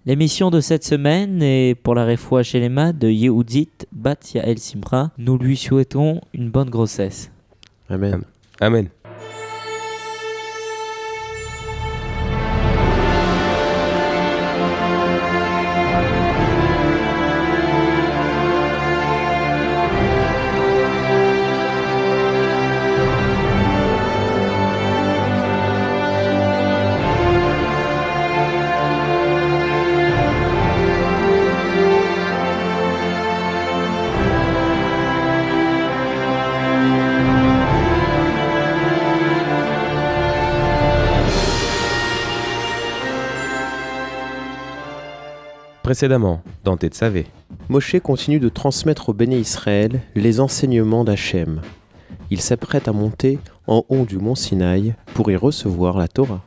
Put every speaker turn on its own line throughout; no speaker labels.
L'émission de cette semaine est pour la Refoua Shelema de Yehudit Bat Yael Simra. Nous lui souhaitons une bonne grossesse.
Amen.
Amen. Précédemment, dans Tetzavé.
Moshe continue de transmettre au Béné Israël les enseignements d'Hachem. Il s'apprête à monter en haut du mont Sinaï pour y recevoir la Torah.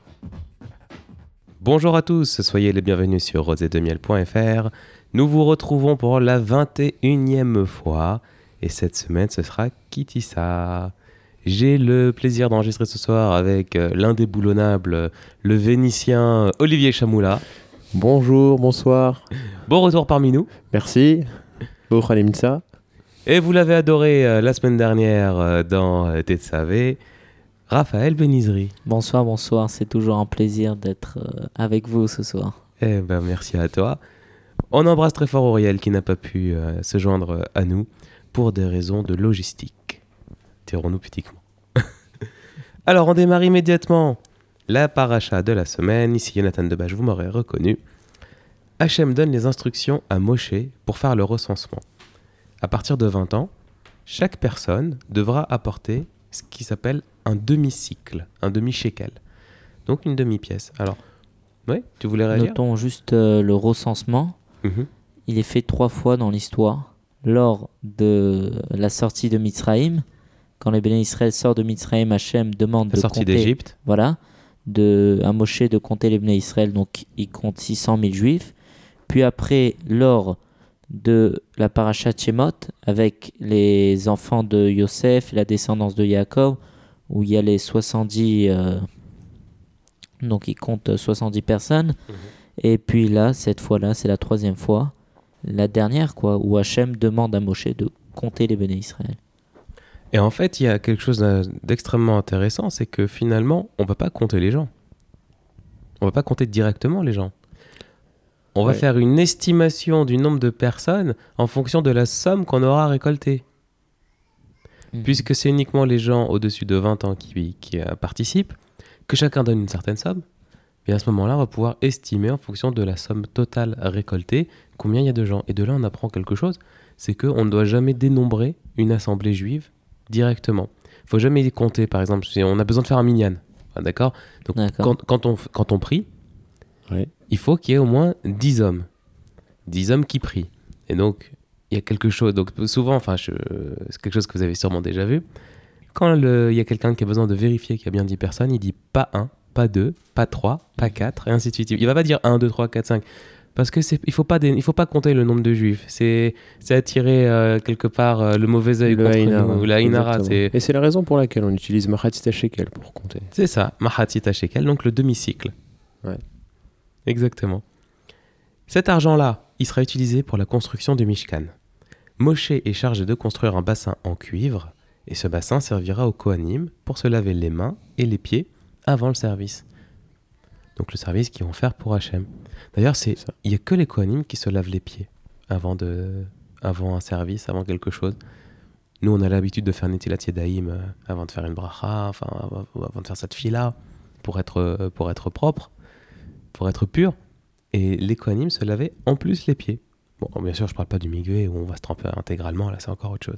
Bonjour à tous, soyez les bienvenus sur rosetdemiel.fr. Nous vous retrouvons pour la 21e fois et cette semaine ce sera Kitissa. J'ai le plaisir d'enregistrer ce soir avec l'indéboulonnable, le Vénitien Olivier Chamoula.
Bonjour, bonsoir.
Bon retour parmi nous.
Merci. Bochalimtsa.
Et vous l'avez adoré la semaine dernière dans Tetzavé, Raphaël Benizri.
Bonsoir, c'est toujours un plaisir d'être avec vous ce soir.
Eh ben merci à toi. On embrasse très fort Auriel qui n'a pas pu se joindre à nous pour des raisons de logistique. Dirons-nous pudiquement. Alors on démarre immédiatement la paracha de la semaine. Ici Jonathan Debache, vous m'aurez reconnu. Hachem donne les instructions à Moshe pour faire le recensement. À partir de 20 ans, chaque personne devra apporter ce qui s'appelle un demi-cycle, un demi-shekel. Donc une demi-pièce. Alors, oui, tu voulais réagir ?
Notons juste le recensement. Il est fait 3 fois dans l'histoire. Lors de la sortie de Mitzraïm, quand les Béné Israël sortent de Mitzraïm, Hachem demande
la sortie d'Égypte.
Voilà, à Moshe de compter les Béné Israël, donc il compte 600 000 juifs. Puis après, lors de la paracha Shemot, avec les enfants de Yosef, la descendance de Yaakov, où il y a les 70, donc il compte 70 personnes. Et puis là, cette fois-là, c'est la 3e fois, la dernière, où Hachem demande à Moshe de compter les Béné Israël.
Et en fait, il y a quelque chose d'extrêmement intéressant, c'est que finalement, on ne va pas compter les gens. On ne va pas compter directement les gens. On va faire une estimation du nombre de personnes en fonction de la somme qu'on aura récoltée. Puisque c'est uniquement les gens au-dessus de 20 ans qui participent, que chacun donne une certaine somme, et à ce moment-là, on va pouvoir estimer en fonction de la somme totale récoltée combien il y a de gens. Et de là, on apprend quelque chose, c'est qu'on ne doit jamais dénombrer une assemblée juive directement. Il ne faut jamais compter, par exemple, si on a besoin de faire un minyan. D'accord ? Donc, quand on prie, il faut qu'il y ait au moins 10 hommes. 10 hommes qui prient. Et donc, il y a quelque chose... Donc, souvent, c'est quelque chose que vous avez sûrement déjà vu. Quand il y a quelqu'un qui a besoin de vérifier qu'il y a bien 10 personnes, il dit pas 1, pas 2, pas 3, pas 4, et ainsi de suite. Il ne va pas dire 1, 2, 3, 4, 5. Parce qu'il ne faut pas compter le nombre de juifs. C'est attirer quelque part le mauvais œil contre nous, ou la Inara.
Et c'est la raison pour laquelle on utilise Mahatzit Shekel pour compter.
C'est ça, Mahatzit Shekel, donc le demi-cycle.
Ouais.
Exactement. Cet argent-là, il sera utilisé pour la construction du Mishkan. Moshe est chargé de construire un bassin en cuivre, et ce bassin servira aux Kohanim pour se laver les mains et les pieds avant le service. Donc le service qu'ils vont faire pour Hachem. D'ailleurs, il n'y a que les Kohanim qui se lavent les pieds avant un service, avant quelque chose. Nous, on a l'habitude de faire Netilat Yadayim avant de faire une bracha, avant de faire cette fila, pour être propre, pour être pur. Et les Kohanim se lavaient en plus les pieds. Bon, bien sûr, je ne parle pas du migué où on va se tremper intégralement, là c'est encore autre chose.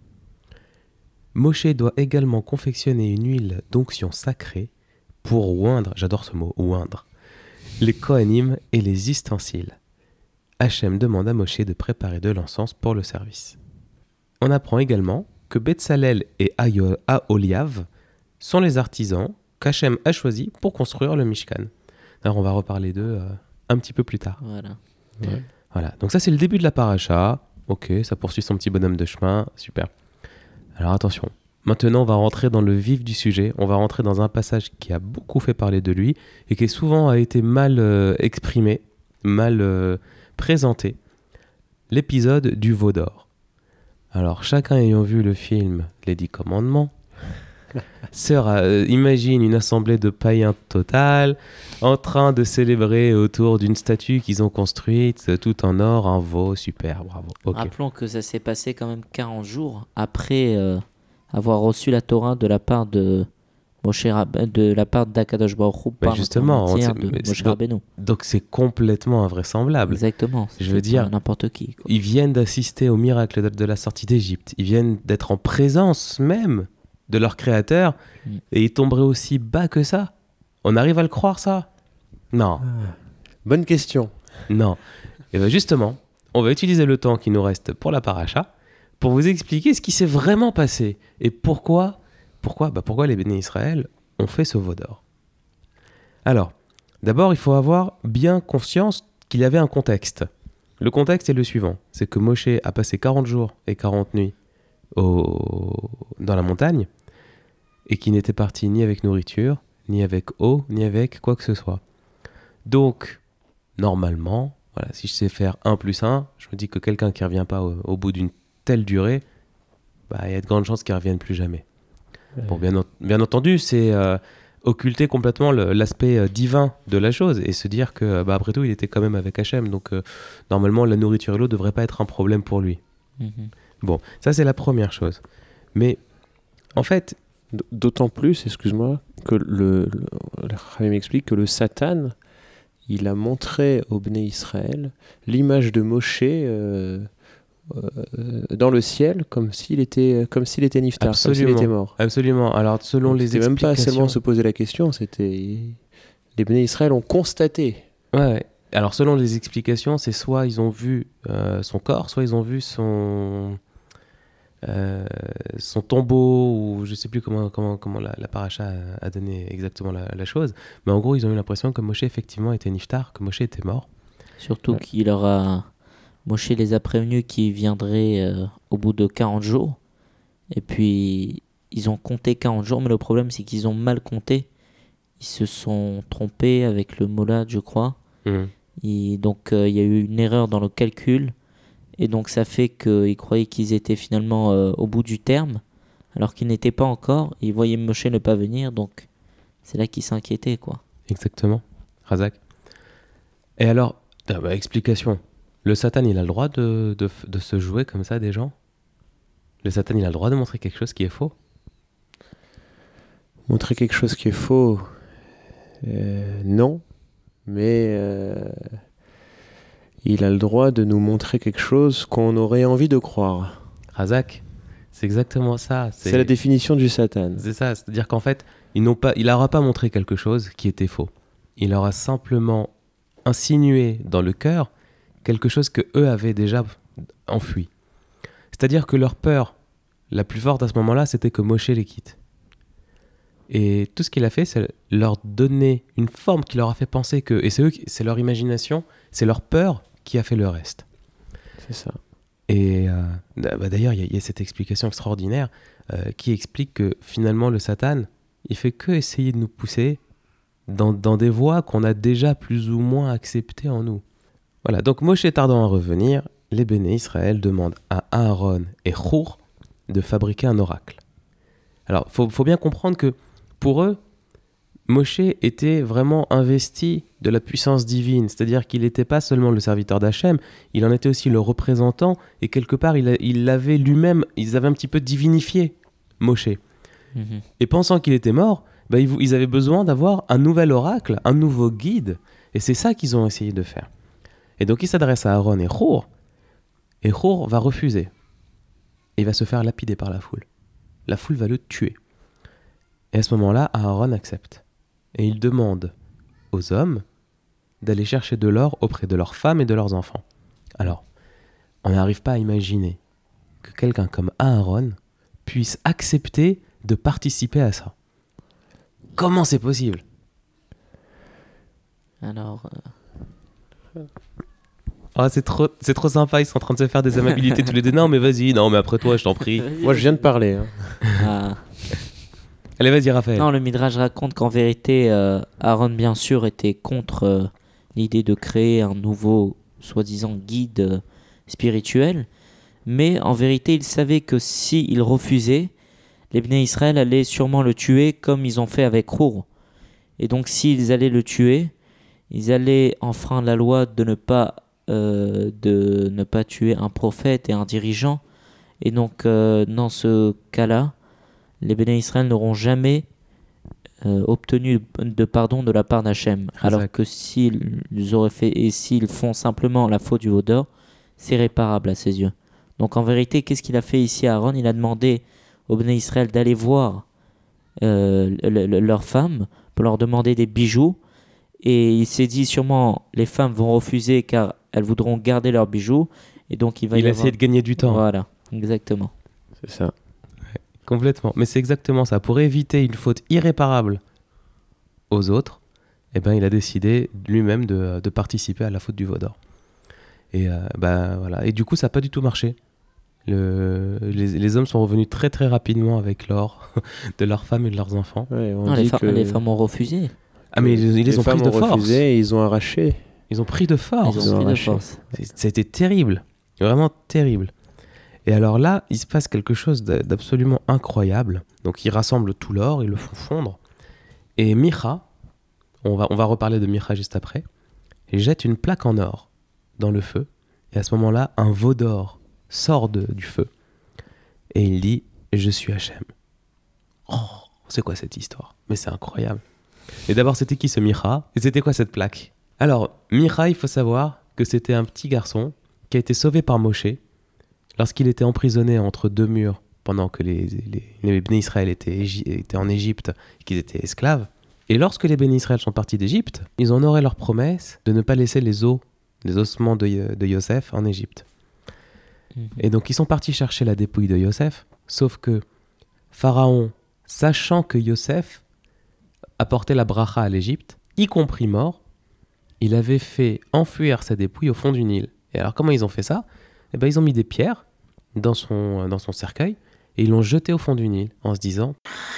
Moshe doit également confectionner une huile d'onction sacrée pour oindre, j'adore ce mot, oindre, les Kohanim et les ustensiles. Hachem demande à Moshe de préparer de l'encens pour le service. On apprend également que Betsalel et Aholiav sont les artisans qu'Hachem a choisis pour construire le Mishkan. Alors on va reparler d'eux un petit peu plus tard. Voilà. Donc ça c'est le début de la paracha. Ok, ça poursuit son petit bonhomme de chemin. Super. Alors attention. Maintenant on va rentrer dans le vif du sujet. On va rentrer dans un passage qui a beaucoup fait parler de lui et qui souvent a été mal exprimé présenté l'épisode du veau d'or. Alors, chacun ayant vu le film Les 10 Commandements, imagine une assemblée de païens total en train de célébrer autour d'une statue qu'ils ont construite, tout en or, un veau, super, bravo. Okay.
Rappelons que ça s'est passé quand même 40 jours après avoir reçu la Torah de la part de d'Akadosh Baruch Hu par
justement,
Moshe Rabbeinu.
Donc c'est complètement invraisemblable.
Exactement.
Je veux dire,
n'importe qui. Quoi.
Ils viennent d'assister au miracle de la sortie d'Égypte. Ils viennent d'être en présence même de leur créateur et ils tomberaient aussi bas que ça. On arrive à le croire, ça? Non.
Bonne question.
Non. Et bien justement, on va utiliser le temps qui nous reste pour la paracha pour vous expliquer ce qui s'est vraiment passé et pourquoi les béné Israël ont fait ce veau d'or. Alors, d'abord, il faut avoir bien conscience qu'il y avait un contexte. Le contexte est le suivant. C'est que Moshe a passé 40 jours et 40 nuits dans la montagne et qui n'était parti ni avec nourriture, ni avec eau, ni avec quoi que ce soit. Donc, normalement, voilà, si je sais faire 1 plus 1, je me dis que quelqu'un qui ne revient pas au bout d'une telle durée, il y a de grandes chances qu'il ne revienne plus jamais. Bon, bien entendu, c'est occulter complètement l'aspect divin de la chose et se dire que, après tout, il était quand même avec Hachem. Donc, normalement, la nourriture et l'eau ne devraient pas être un problème pour lui. Bon, ça, c'est la première chose. Mais, en fait...
D'autant plus, excuse-moi, que le Khalim explique que le Satan, il a montré au Bnei Israël l'image de Moshe dans le ciel comme s'il était niftar, comme s'il était mort.
Absolument. Alors selon les explications,
même pas seulement se poser la question, c'était les Bnei Israël ont constaté.
Ouais. Alors selon les explications, c'est soit ils ont vu son corps, soit ils ont vu son tombeau, ou je sais plus comment la paracha a donné exactement la chose, mais en gros ils ont eu l'impression que Moshe effectivement était niftar, que Moshe était mort.
Surtout Moshe les a prévenus qu'ils viendraient au bout de 40 jours. Et puis, ils ont compté 40 jours, mais le problème, c'est qu'ils ont mal compté. Ils se sont trompés avec le molad, je crois. Et donc, il y a eu une erreur dans le calcul. Et donc, ça fait qu'ils croyaient qu'ils étaient finalement au bout du terme, alors qu'ils n'étaient pas encore. Ils voyaient Moshe ne pas venir, donc c'est là qu'ils s'inquiétaient, quoi.
Exactement. Razak. Et alors, explication. Le Satan, il a le droit de se jouer comme ça des gens? Le Satan, il a le droit de montrer quelque chose qui est faux?
Montrer quelque chose qui est faux, non. Mais il a le droit de nous montrer quelque chose qu'on aurait envie de croire.
Razak, c'est exactement ça.
C'est la définition du Satan.
C'est ça, c'est-à-dire qu'en fait, il n'aura pas montré quelque chose qui était faux. Il aura simplement insinué dans le cœur quelque chose que eux avaient déjà enfoui. C'est-à-dire que leur peur la plus forte à ce moment-là, c'était que Moshe les quitte. Et tout ce qu'il a fait, c'est leur donner une forme qui leur a fait penser que... Et c'est leur imagination, c'est leur peur qui a fait le reste.
C'est ça.
Et d'ailleurs, il y a cette explication extraordinaire qui explique que finalement, le Satan, il fait que essayer de nous pousser dans des voies qu'on a déjà plus ou moins acceptées en nous. Voilà, donc Moshe tardant à revenir, les béné Israël demandent à Aaron et Hur de fabriquer un oracle. Alors, faut bien comprendre que pour eux, Moshe était vraiment investi de la puissance divine, c'est-à-dire qu'il n'était pas seulement le serviteur d'Hachem, il en était aussi le représentant, et quelque part, il l'avait lui-même, ils avaient un petit peu divinifié Moshe. Et pensant qu'il était mort, ils avaient besoin d'avoir un nouvel oracle, un nouveau guide, et c'est ça qu'ils ont essayé de faire. Et donc il s'adresse à Aaron et Hur va refuser. Et il va se faire lapider par la foule. La foule va le tuer. Et à ce moment-là, Aaron accepte. Et il demande aux hommes d'aller chercher de l'or auprès de leurs femmes et de leurs enfants. Alors, on n'arrive pas à imaginer que quelqu'un comme Aaron puisse accepter de participer à ça. Comment c'est possible?
Alors...
Oh, c'est trop sympa, ils sont en train de se faire des amabilités tous les deux. Non mais vas-y, non mais après toi je t'en prie.
Moi je viens de parler.
Allez vas-y Raphaël.
Non, le Midrash raconte qu'en vérité Aaron bien sûr était contre l'idée de créer un nouveau, soi-disant, guide spirituel. Mais en vérité, ils savaient que s'ils refusaient, les Bnei Israël allaient sûrement le tuer comme ils ont fait avec Rour. Et donc s'ils allaient le tuer, ils allaient enfreindre la loi de ne pas tuer un prophète et un dirigeant. Et donc dans ce cas-là, les Bnei Israël n'auront jamais obtenu de pardon de la part d'Hachem. Alors que s'ils auraient fait et s'ils font simplement la faute du veau d'or, c'est réparable à ses yeux. Donc en vérité, qu'est-ce qu'il a fait ici à Aaron? Il a demandé aux Bnei Israël d'aller voir leurs femmes pour leur demander des bijoux. Et il s'est dit sûrement les femmes vont refuser car elles voudront garder leurs bijoux. Et donc il a
essayé de gagner du temps.
Voilà, exactement.
C'est ça.
Ouais, complètement. Mais c'est exactement ça. Pour éviter une faute irréparable aux autres, il a décidé lui-même de participer à la faute du veau d'or. Et voilà. Et du coup, ça n'a pas du tout marché. Les hommes sont revenus très très rapidement avec l'or de leurs femmes et de leurs enfants.
Ouais,
Les femmes ont refusé.
Ah mais ils les ont pris de force.
Refusé et ils ont arraché.
Ils ont pris de force. C'était terrible. Vraiment terrible. Et alors là, il se passe quelque chose d'absolument incroyable. Donc ils rassemblent tout l'or, ils le font fondre. Et Micha, on va reparler de Micha juste après, il jette une plaque en or dans le feu. Et à ce moment-là, un veau d'or sort du feu. Et il dit « Je suis Hachem ». Oh, c'est quoi cette histoire? Mais c'est incroyable. Et d'abord, c'était qui ce Micha? Et c'était quoi cette plaque? Alors, Micha, il faut savoir que c'était un petit garçon qui a été sauvé par Moshe lorsqu'il était emprisonné entre deux murs pendant que les Béné Israël étaient en Égypte et qu'ils étaient esclaves. Et lorsque les Béné Israël sont partis d'Égypte, ils honoraient leur promesse de ne pas laisser les ossements de Yosef en Égypte. Et donc ils sont partis chercher la dépouille de Yosef, sauf que Pharaon, sachant que Yosef apportait la bracha à l'Égypte, y compris mort, il avait fait enfuir sa dépouille au fond du Nil. Et alors comment ils ont fait ça? Ils ont mis des pierres dans son cercueil et ils l'ont jeté au fond du Nil en se disant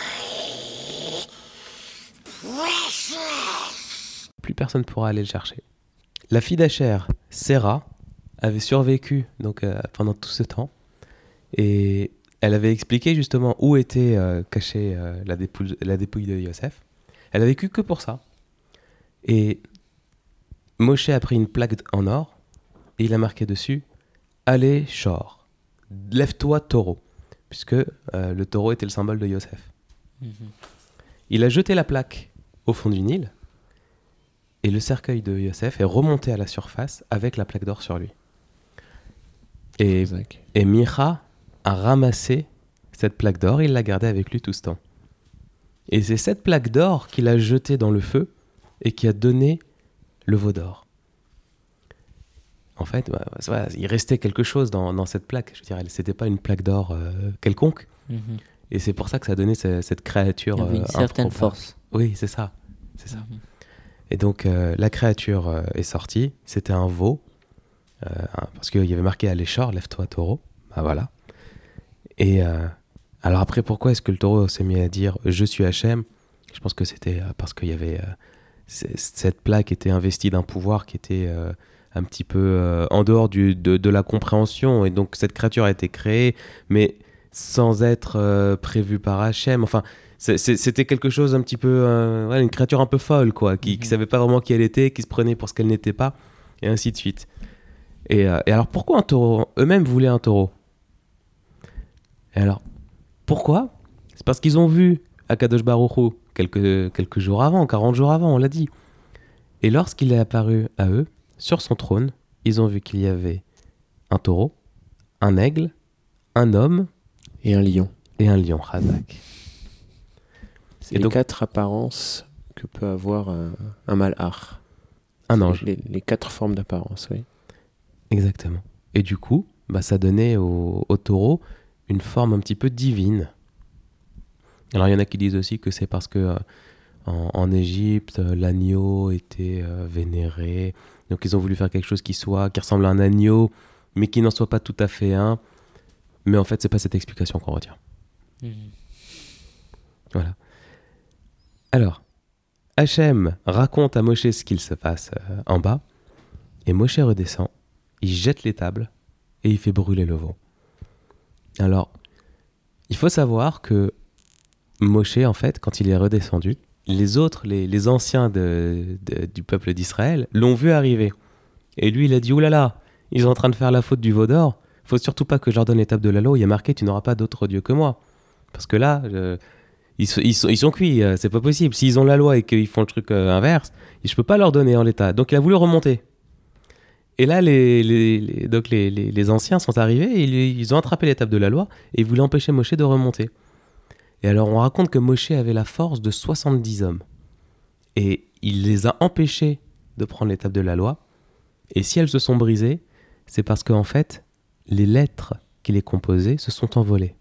plus personne pourra aller le chercher. La fille d'Acher, Séra, avait survécu pendant tout ce temps et elle avait expliqué justement où était cachée la dépouille de Yosef. Elle a vécu que pour ça. Et Moshe a pris une plaque en or et il a marqué dessus « Allez, Shor, lève-toi, taureau », puisque le taureau était le symbole de Yosef. Il a jeté la plaque au fond du Nil et le cercueil de Yosef est remonté à la surface avec la plaque d'or sur lui. Et Micha a ramassé cette plaque d'or et il l'a gardée avec lui tout ce temps. Et c'est cette plaque d'or qu'il a jetée dans le feu et qui a donné le veau d'or. En fait, il restait quelque chose dans cette plaque. Je veux dire, c'était pas une plaque d'or quelconque. Et c'est pour ça que ça a donné cette créature.
Il y avait une certaine force.
Oui, c'est ça. Et donc, la créature est sortie. C'était un veau. Parce qu'il y avait marqué « Allez, Shor, lève-toi, taureau ». Voilà. Et alors après, pourquoi est-ce que le taureau s'est mis à dire « Je suis Hachem » ? Je pense que c'était parce qu'il y avait... cette plaque était investie d'un pouvoir qui était un petit peu en dehors de la compréhension. Et donc, cette créature a été créée, mais sans être prévue par Hachem. Enfin, c'était quelque chose un petit peu... une créature un peu folle, quoi, qui ne savait pas vraiment qui elle était, qui se prenait pour ce qu'elle n'était pas, et ainsi de suite. Et alors, pourquoi un taureau ? Eux-mêmes voulaient un taureau. Et alors, pourquoi ? C'est parce qu'ils ont vu Akadosh Baruch Hu quelques jours avant, 40 jours avant, on l'a dit. Et lorsqu'il est apparu à eux, sur son trône, ils ont vu qu'il y avait un taureau, un aigle, un homme...
Et un lion.
Et un lion, Chazak.
C'est les 4 apparences que peut avoir un malach.
Un ange.
Les 4 formes d'apparence, oui. Exactement.
Et du coup, ça donnait au taureau une forme un petit peu divine. Alors il y en a qui disent aussi que c'est parce que en Égypte, l'agneau était vénéré. Donc ils ont voulu faire quelque chose qui ressemble à un agneau, mais qui n'en soit pas tout à fait un. Mais en fait, c'est pas cette explication qu'on retient. Voilà. Alors, Hachem raconte à Moshe ce qu'il se passe en bas, et Moshe redescend, il jette les tables, et il fait brûler le veau. Alors, il faut savoir que Moshe, en fait, quand il est redescendu, les autres, les anciens du peuple d'Israël, l'ont vu arriver. Et lui, il a dit, oulala, ils sont en train de faire la faute du veau d'or, faut surtout pas que je leur donne les tables de la loi, il y a marqué, tu n'auras pas d'autre Dieu que moi. Parce que là, ils sont cuits, c'est pas possible. S'ils ont la loi et qu'ils font le truc inverse, je peux pas leur donner en l'état. Donc il a voulu remonter. Et là, donc les anciens sont arrivés, et ils ont attrapé les tables de la loi, et ils voulaient empêcher Moshe de remonter. Et alors on raconte que Moshe avait la force de 70 hommes. Et il les a empêchés de prendre les tables de la loi. Et si elles se sont brisées, c'est parce qu'en fait, les lettres qui les composaient se sont envolées.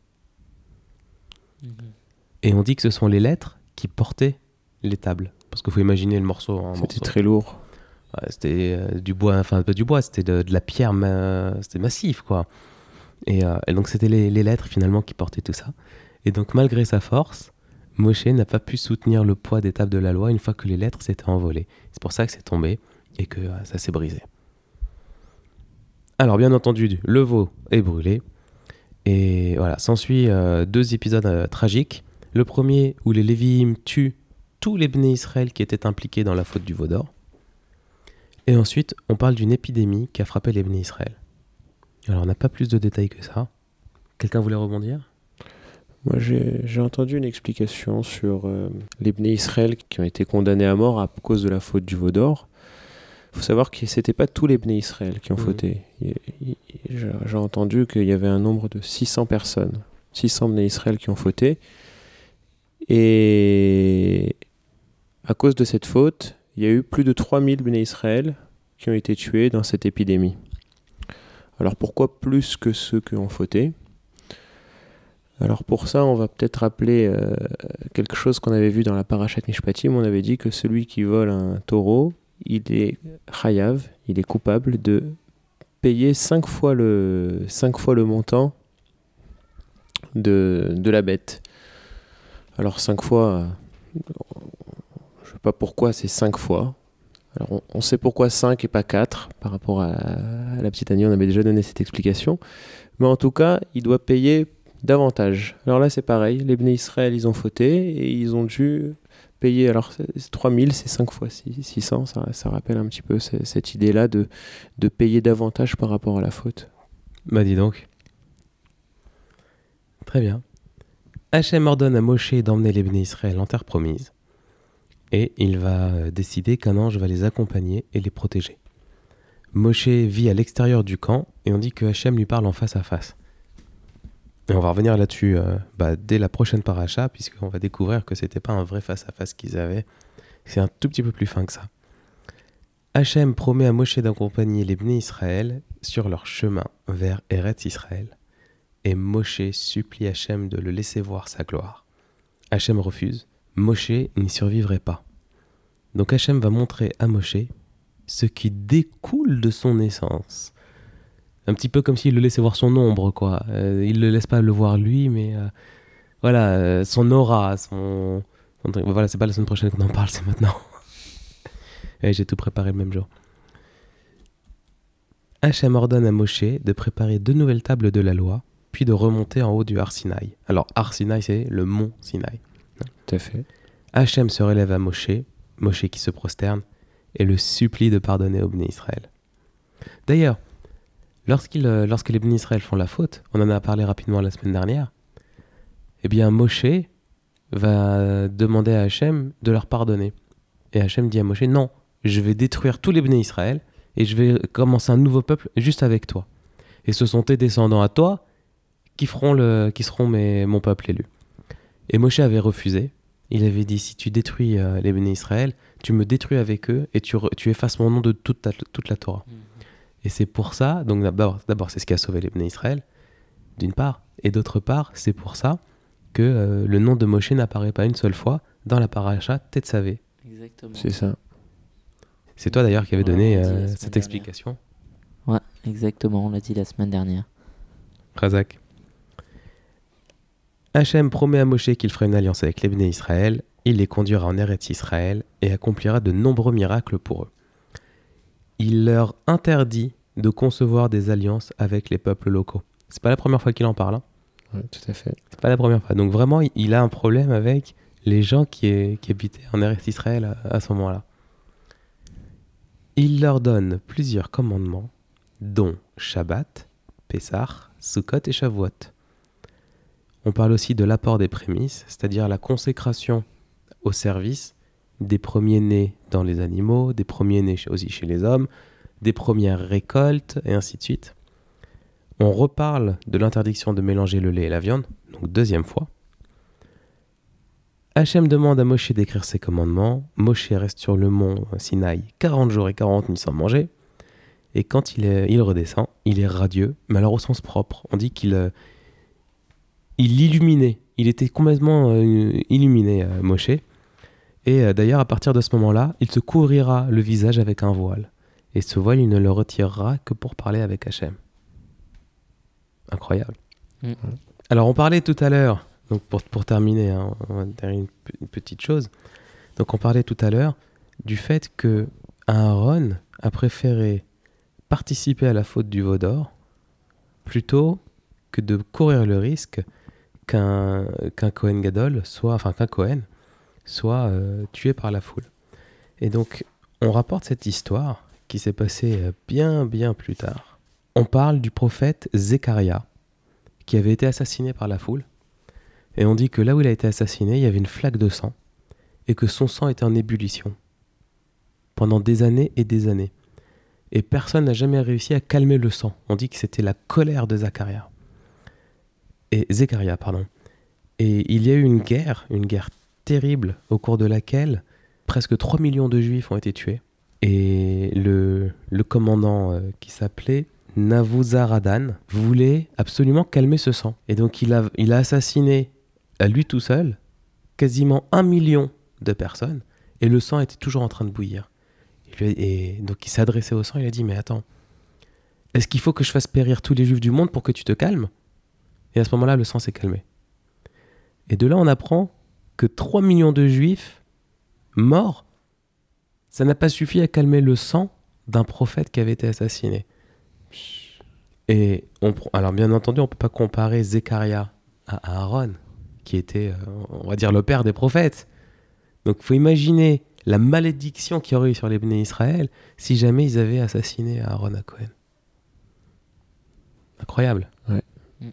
Et on dit que ce sont les lettres qui portaient les tables. Parce qu'il faut imaginer le morceau.
C'était très lourd.
Ouais, c'était du bois, enfin pas du bois, c'était de la pierre, c'était massif, quoi. Et donc c'était les lettres finalement qui portaient tout ça. Et donc malgré sa force, Moshe n'a pas pu soutenir le poids des tables de la loi une fois que les lettres s'étaient envolées. C'est pour ça que c'est tombé et que ça s'est brisé. Alors bien entendu, le veau est brûlé. Et voilà, s'ensuit 2 épisodes tragiques. Le premier où les Lévi'im tuent tous les Bnei Israël qui étaient impliqués dans la faute du veau d'or. Et ensuite, on parle d'une épidémie qui a frappé les Bnei Israël. Alors, on n'a pas plus de détails que ça. Quelqu'un voulait rebondir ?
Moi, j'ai entendu une explication sur les Bnei Israël qui ont été condamnés à mort à cause de la faute du veau d'or. Il faut savoir que ce n'était pas tous les Bnei Israël qui ont fauté. J'ai entendu qu'il y avait un nombre de 600 personnes, 600 Bnei Israël qui ont fauté. Et à cause de cette faute, il y a eu plus de 3000 Bnei Israël qui ont été tués dans cette épidémie. Alors pourquoi plus que ceux qui ont fauté ? Alors pour ça, on va peut-être rappeler quelque chose qu'on avait vu dans la Parashat Mishpatim. On avait dit que celui qui vole un taureau, il est chayav, il est coupable de payer 5 fois le montant de la bête. Alors 5 fois, je ne sais pas pourquoi c'est 5 fois. Alors on sait pourquoi 5 et pas 4 par rapport à la petite Annie, on avait déjà donné cette explication. Mais en tout cas, il doit payer davantage. Alors là c'est pareil, les Bnei Israël ils ont fauté et ils ont dû payer, alors 3000 c'est 5 fois 600, ça rappelle un petit peu cette idée-là de payer davantage par rapport à la faute.
Bah dis donc. Très bien. Hachem ordonne à Moshe d'emmener les Bnei Israël en terre promise. Et il va décider qu'un ange va les accompagner et les protéger. Moshe vit à l'extérieur du camp et on dit que Hachem lui parle en face à face. Et on va revenir là-dessus dès la prochaine paracha, puisqu'on va découvrir que c'était pas un vrai face à face qu'ils avaient. C'est un tout petit peu plus fin que ça. Hachem promet à Moshe d'accompagner les Bnei Israël sur leur chemin vers Eretz Israël. Et Moshe supplie Hachem de le laisser voir sa gloire. Hachem refuse. Moshe n'y survivrait pas. Donc Hachem va montrer à Moshe ce qui découle de son essence. Un petit peu comme s'il le laissait voir son ombre, quoi. Il ne le laisse pas le voir lui, mais son aura, Voilà, c'est pas la semaine prochaine qu'on en parle, c'est maintenant. Et j'ai tout préparé le même jour. Hachem ordonne à Moshe de préparer 2 nouvelles tables de la loi, puis de remonter en haut du Har Sinaï. Alors, Har Sinaï, c'est le mont Sinaï.
Tout à fait.
Hachem se relève à Moshe qui se prosterne, et le supplie de pardonner aux Bnei Israël. D'ailleurs, lorsque les Bnei Israël font la faute, on en a parlé rapidement la semaine dernière, eh bien Moshe va demander à Hachem de leur pardonner. Et Hachem dit à Moshe, non, je vais détruire tous les Bnei Israël, et je vais commencer un nouveau peuple juste avec toi. Et ce sont tes descendants à toi qui seront mon peuple élu. Et Moshe avait refusé. Il avait dit, si tu détruis les Bnei Israël, tu me détruis avec eux et tu effaces mon nom de toute la Torah. Et c'est pour ça, donc d'abord c'est ce qui a sauvé les Bnei Israël, d'une part. Et d'autre part, c'est pour ça que le nom de Moshe n'apparaît pas une seule fois dans la paracha Tetzavé.
Exactement.
C'est ça.
C'est toi d'ailleurs qui avais donné cette explication.
Ouais, exactement, on l'a dit la semaine dernière.
Razak. Hachem promet à Moshe qu'il fera une alliance avec les Bnei Israël il les conduira en Eretz Israël et accomplira de nombreux miracles pour eux. Il leur interdit de concevoir des alliances avec les peuples locaux. C'est pas la première fois qu'il en parle. Hein.
Ouais, tout à fait.
C'est pas la première fois. Donc vraiment, il a un problème avec les gens qui habitaient en Eretz Israël à ce moment-là. Il leur donne plusieurs commandements, dont Shabbat, Pessah, Sukkot et Shavuot. On parle aussi de l'apport des prémices, c'est-à-dire la consécration au service des premiers-nés dans les animaux, des premiers-nés aussi chez les hommes, des premières récoltes, et ainsi de suite. On reparle de l'interdiction de mélanger le lait et la viande, donc deuxième fois. Hachem demande à Moshe d'écrire ses commandements. Moshe reste sur le mont Sinaï 40 jours et 40 nuits sans manger. Et quand il redescend, il est radieux, mais alors au sens propre. On dit qu'il illuminait. Il était complètement illuminé, Moshe. Et d'ailleurs, à partir de ce moment-là, il se couvrira le visage avec un voile. Et ce voile, il ne le retirera que pour parler avec Hachem. Incroyable.
Mm.
Alors, on parlait tout à l'heure, donc pour terminer, hein, on va dire une petite chose. Donc, on parlait tout à l'heure du fait que Aaron a préféré participer à la faute du veau d'or plutôt que de courir le risque qu'un Kohen Gadol qu'un Kohen soit tué par la foule. Et donc, on rapporte cette histoire qui s'est passée bien plus tard. On parle du prophète Zécharia, qui avait été assassiné par la foule. Et on dit que là où il a été assassiné, il y avait une flaque de sang, et que son sang était en ébullition pendant des années et des années. Et personne n'a jamais réussi à calmer le sang. On dit que c'était la colère de Zécharia. Et il y a eu une guerre terrible au cours de laquelle presque 3 millions de Juifs ont été tués. Et le commandant qui s'appelait Nabuzaradan voulait absolument calmer ce sang. Et donc il a assassiné à lui tout seul quasiment 1 million de personnes et le sang était toujours en train de bouillir. Et donc il s'est adressé au sang, il a dit « Mais attends, est-ce qu'il faut que je fasse périr tous les Juifs du monde pour que tu te calmes ?» Et à ce moment-là, le sang s'est calmé. Et de là, on apprend que 3 millions de Juifs morts, ça n'a pas suffi à calmer le sang d'un prophète qui avait été assassiné. Et alors bien entendu, on ne peut pas comparer Zécharia à Aaron, qui était, on va dire, le père des prophètes. Donc il faut imaginer la malédiction qu'il y aurait eu sur les Béné Israël si jamais ils avaient assassiné Aaron à Cohen. Incroyable.
Ouais.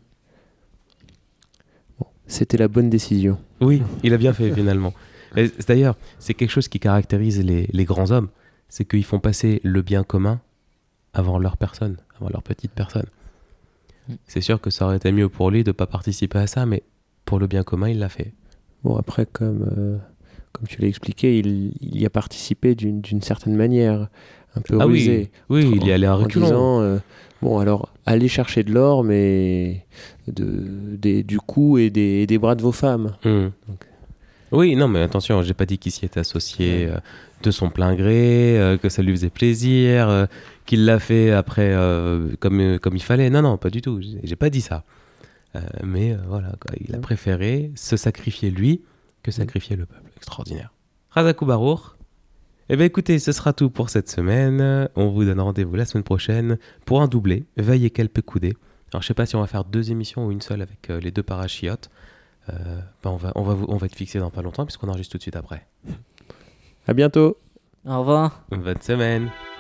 Bon, c'était la bonne décision.
Oui, il a bien fait finalement. Et d'ailleurs, c'est quelque chose qui caractérise les grands hommes, c'est qu'ils font passer le bien commun avant leur personne, avant leur petite personne. C'est sûr que ça aurait été mieux pour lui de ne pas participer à ça, mais pour le bien commun, il l'a fait.
Bon, après, comme tu l'as expliqué, il y a participé d'une certaine manière, un peu rusé.
Oui, il y allait en reculant.
Disant, bon, alors, allez chercher de l'or, mais du cou et des bras de vos femmes. Donc.
Oui, non, mais attention, j'ai pas dit qu'il s'y était associé de son plein gré, que ça lui faisait plaisir, qu'il l'a fait après comme il fallait. Non, pas du tout, j'ai pas dit ça. Mais voilà, quoi, il a préféré se sacrifier lui que sacrifier le peuple. Extraordinaire. Razakou Barour. Eh bien écoutez, ce sera tout pour cette semaine. On vous donne rendez-vous la semaine prochaine pour un doublé, Veille et Kelpe Koudé. Alors je sais pas si on va faire 2 émissions ou une seule avec les 2 parachiotes. On va être fixé dans pas longtemps puisqu'on enregistre tout de suite après.
À bientôt.
Au revoir.
Bonne semaine.